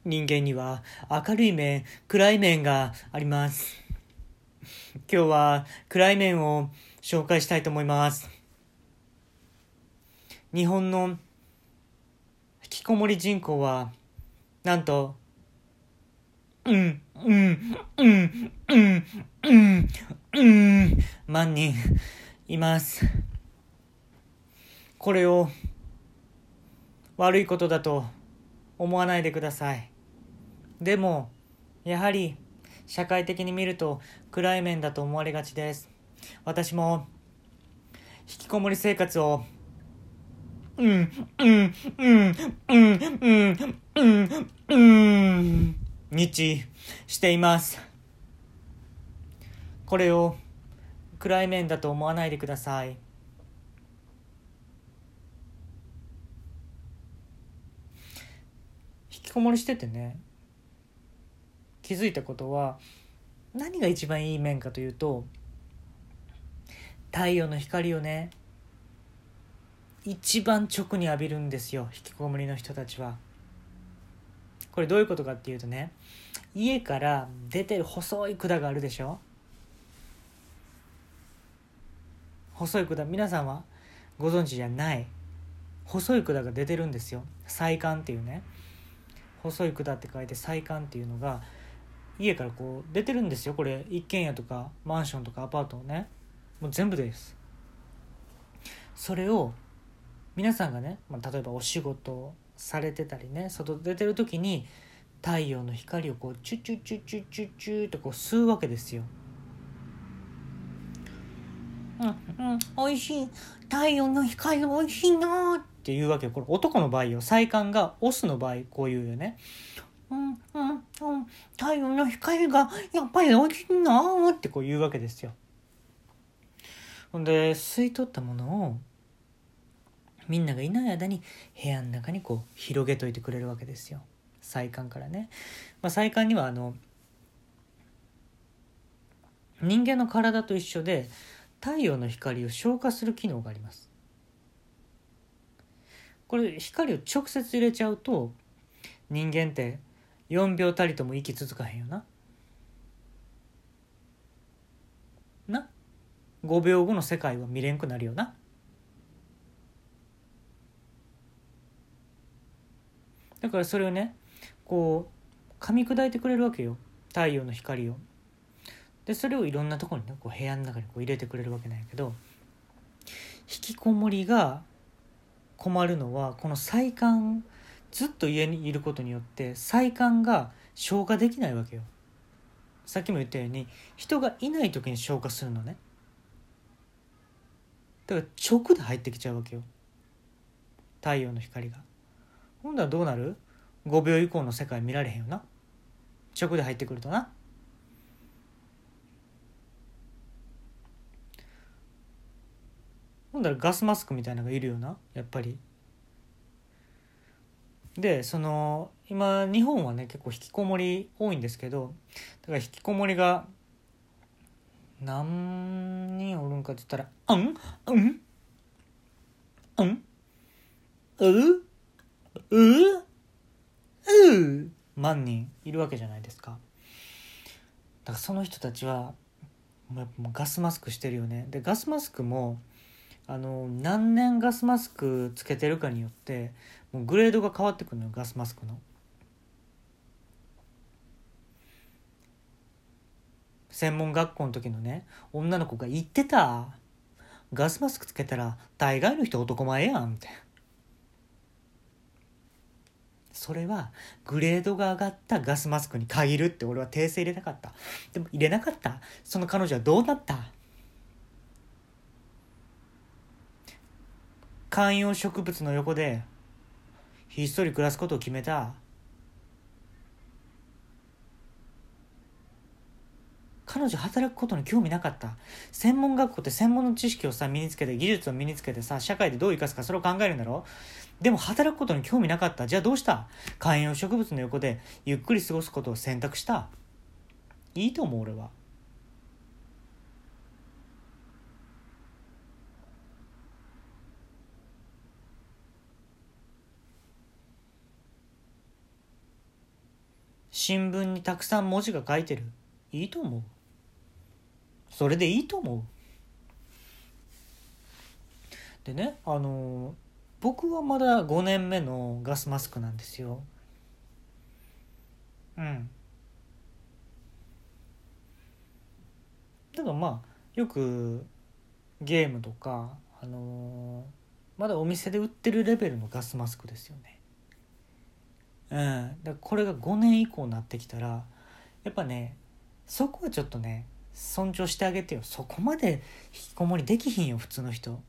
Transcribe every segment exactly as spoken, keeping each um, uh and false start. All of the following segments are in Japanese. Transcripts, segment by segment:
人間には明るい面、暗い面があります。今日は暗い面を紹介したいと思います。日本の引きこもり人口はなんとうんうんうんうんうんうん万人います。これを悪いことだと思わないでください。でもやはり社会的に見ると暗い面だと思われがちです。私も引きこもり生活をうんうんうんうんうんうんうん日しています。これを暗い面だと思わないでください。引きこもりしててね、気づいたことは何が一番いい面かというと、太陽の光をね一番直に浴びるんですよ、引きこもりの人たちは。これどういうことかっていうとね、家から出てる細い管があるでしょ。細い管、皆さんはご存知じゃない。細い管が出てるんですよ。細管っていうね、細い管って書いて細管っていうのが家からこう出てるんですよ。これ一軒家とかマンションとかアパートをね、もう全部です。それを皆さんがね、まあ、例えばお仕事されてたりね、外出てる時に太陽の光をこうチュチュチュチュチュチュとこう吸うわけですよ。うんうん、美味しい、太陽の光美味しいなっていうわけよ。これ男の場合よ。細管がオスの場合こう言うよね。うんうんうん、太陽の光がやっぱり美味しいなってこう言うわけですよ。ほんで吸い取ったものをみんながいない間に部屋の中にこう広げといてくれるわけですよ、細管からね。まあ、細管にはあの人間の体と一緒で太陽の光を消化する機能があります。これ光を直接入れちゃうと人間ってよんびょうたりとも息続かへんよな。なごびょうごの世界は見れんくなるよな。だからそれをねこう噛み砕いてくれるわけよ、太陽の光を。でそれをいろんなところにねこう部屋の中にこう入れてくれるわけなんやけど、引きこもりが困るのはこの細管、ずっと家にいることによって細管が消化できないわけよ。さっきも言ったように人がいない時に消化するのね。だから直で入ってきちゃうわけよ、太陽の光が。ほんだらどうなる？ ご 秒以降の世界見られへんよな、直で入ってくるとな。ほんだらガスマスクみたいなのがいるよな、やっぱり。でその今日本はね結構引きこもり多いんですけど、だから引きこもりが何人おるんかって言ったら、うんうんうんううう万人いるわけじゃないですか。だからその人たちはもうやっぱもうガスマスクしてるよね。でガスマスクもあの何年ガスマスクつけてるかによってもうグレードが変わってくるのよ、ガスマスクの。専門学校の時のね女の子が言ってた、ガスマスクつけたら大概の人男前やんって。それはグレードが上がったガスマスクに限るって俺は訂正入れたかった。でも入れなかった。その彼女はどうなった？観葉植物の横でひっそり暮らすことを決めた。彼女働くことに興味なかった。専門学校って専門の知識をさ身につけて技術を身につけてさ社会でどう生かすかそれを考えるんだろ。でも働くことに興味なかった。じゃあどうした？観葉植物の横でゆっくり過ごすことを選択した。いいと思う俺は。 新聞にたくさん文字が書いてる。いいと思う。それでいいと思う。でね、あの僕はまだごねんめのガスマスクなんですよ。うんだからまあよくゲームとか、あのーまだお店で売ってるレベルのガスマスクですよね。うん、だからこれがごねん以降になってきたらやっぱね、そこはちょっとね尊重してあげてよ。そこまで引きこもりできひんよ普通の人。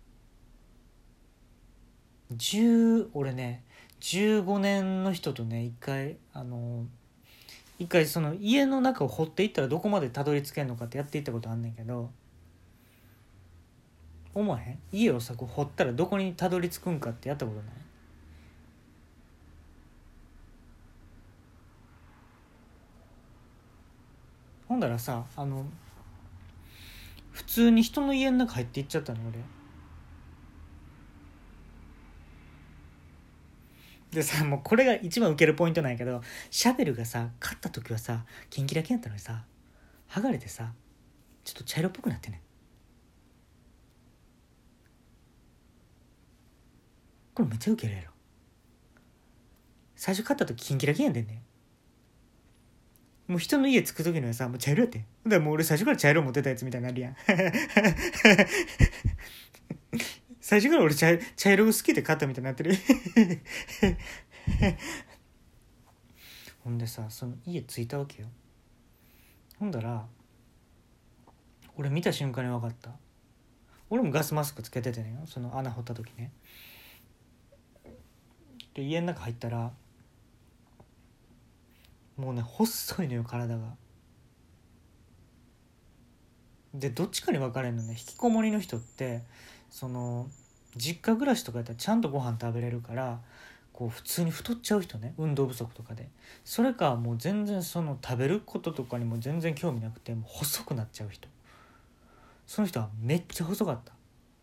じゅう俺ねじゅうごねんの人とね一回あの一回その家の中を掘っていったらどこまでたどり着けんのかってやっていったことあんねんけど、思わへん？家をさこう掘ったらどこにたどり着くんかってやったことない？ほんだらさ、あの普通に人の家の中入っていっちゃったの俺でさ。もうこれが一番ウケるポイントなんやけど、シャベルがさ買った時はさキンキラキンやったのにさ、剥がれてさちょっと茶色っぽくなってね。これめっちゃウケるやろ。最初買った時キンキラキンやんでんね。もう人の家着く時のはさもう茶色やって。だからもう俺最初から茶色持ってたやつみたいになるやん最初から俺茶茶色好きで買ったみたいになってるほんでさ、その家着いたわけよ。ほんだら俺見た瞬間に分かった。俺もガスマスクつけててね、その穴掘った時ね。で家の中入ったらもうね細いのよ体が。でどっちかに分かれるのね。引きこもりの人ってその実家暮らしとかやったらちゃんとご飯食べれるからこう普通に太っちゃう人ね、運動不足とかで。それかもう全然その食べることとかにも全然興味なくてもう細くなっちゃう人。その人はめっちゃ細かった。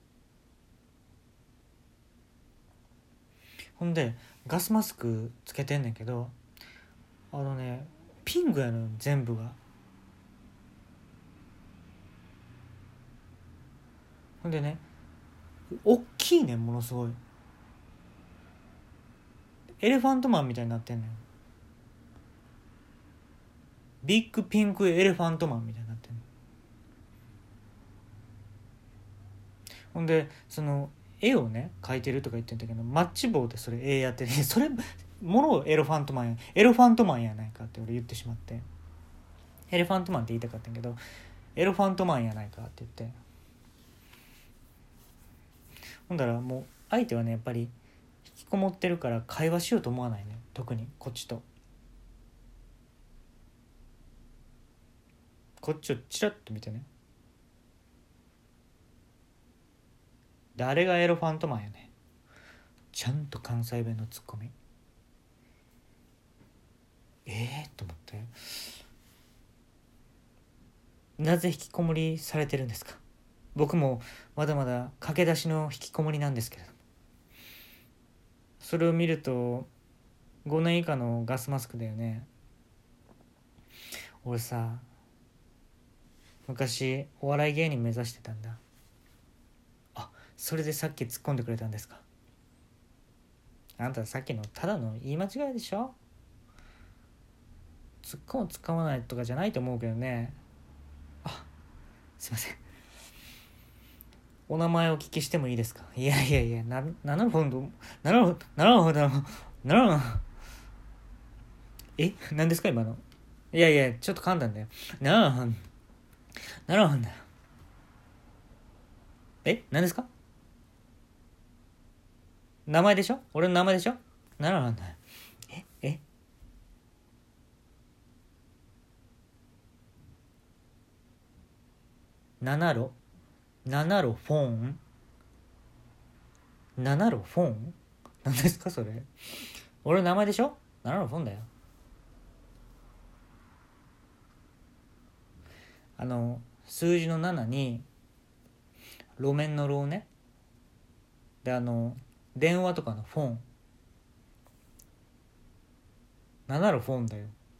ほんでガスマスクつけてんねんけど、あのねピンクやのよ全部が。ほんでねおっきいねん、ものすごいエレファントマンみたいになってんねん。ビッグピンクエレファントマンみたいになってんの。ほんでその絵をね描いてるとか言ってんだけど、マッチ棒でそれ絵やってね、それものをエレファントマンやエレファントマンやないかって俺言ってしまって、エレファントマンって言いたかったんやけどエレファントマンやないかって言って。ほんだらもう相手はねやっぱり引きこもってるから会話しようと思わないね、特にこっちと。こっちをチラッと見てね、誰がエレファントマンやね、ちゃんと関西弁のツッコミ。ええー、と思って、なぜ引きこもりされてるんですか。僕もまだまだ駆け出しの引きこもりなんですけれども、それを見るとごねん以下のガスマスクだよね。俺さ昔お笑い芸人目指してたんだ。あ、それでさっき突っ込んでくれたんですか。あんたさっきのただの言い間違いでしょ。突っ込む突っ込まないとかじゃないと思うけどね。あ、すいません、お名前をお聞きしてもいいですか。いやいやいや、ななるほどなるほどなるほどなるほど。え、何ですか今の。いやいやちょっと噛んだんだよ。なるほどなるほど。え、何ですか。名前でしょ、俺の名前でしょ。なるほど。ええ七路七路フォン七路フォン何ですかそれ。俺の名前でしょ。七路フォンだよ。あの数字のななに路面の路ね。であの電話とかのフォン、七路フォンだよ。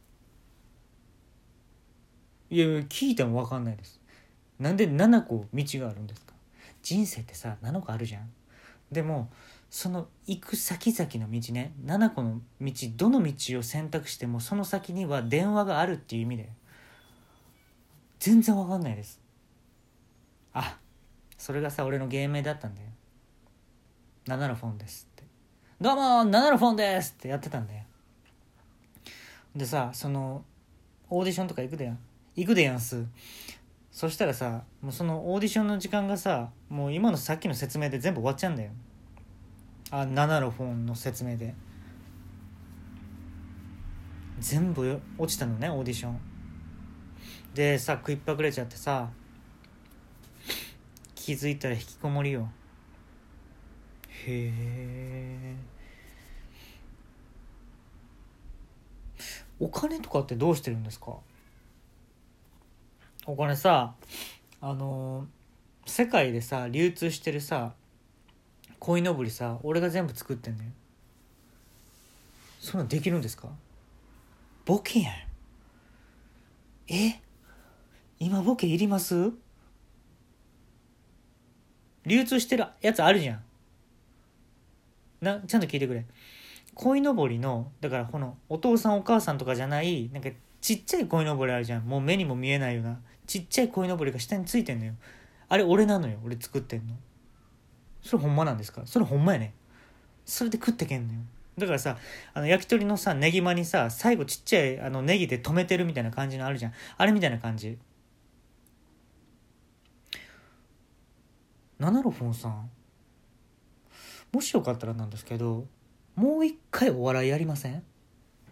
いや聞いても分かんないです。なんでななこ道があるんですか。人生ってさななこあるじゃん。でもその行く先々の道ね、ななこの道、どの道を選択してもその先には電話があるっていう意味で全然分かんないです。あ、それがさ俺の芸名だったんだよ。ななのフォンですって、どうもななのフォンですってやってたんだよ。でさ、そのオーディションとか行くでやん行くでやんす。そしたらさ、もうそのオーディションの時間がさ、もう今のさっきの説明で全部終わっちゃうんだよ。あ、ななのフォンの説明で全部落ちたのね、オーディションでさ、食いっぱぐれちゃってさ、気づいたら引きこもりよ。へえ。お金とかってどうしてるんですか。お金さ、あのー、世界でさ流通してるさ鯉のぼりさ、俺が全部作ってんのよ。そんなんできるんですか。ボケやん。え、今ボケいります。流通してるやつあるじゃん。な、ちゃんと聞いてくれ。鯉のぼりの、だからこのお父さんお母さんとかじゃない、なんかちっちゃい鯉のぼりあるじゃん。もう目にも見えないようなちっちゃい鯉のぼりが下についてんのよ。あれ俺なのよ。俺作ってんの。それほんまなんですか。それほんまやね。それで食ってけんのよ。だからさ、あの焼き鳥のさネギマにさ、最後ちっちゃいあのネギで止めてるみたいな感じのあるじゃん。あれみたいな感じ。ナナロフォンさん、もしよかったらなんですけど、もう一回お笑いやりません？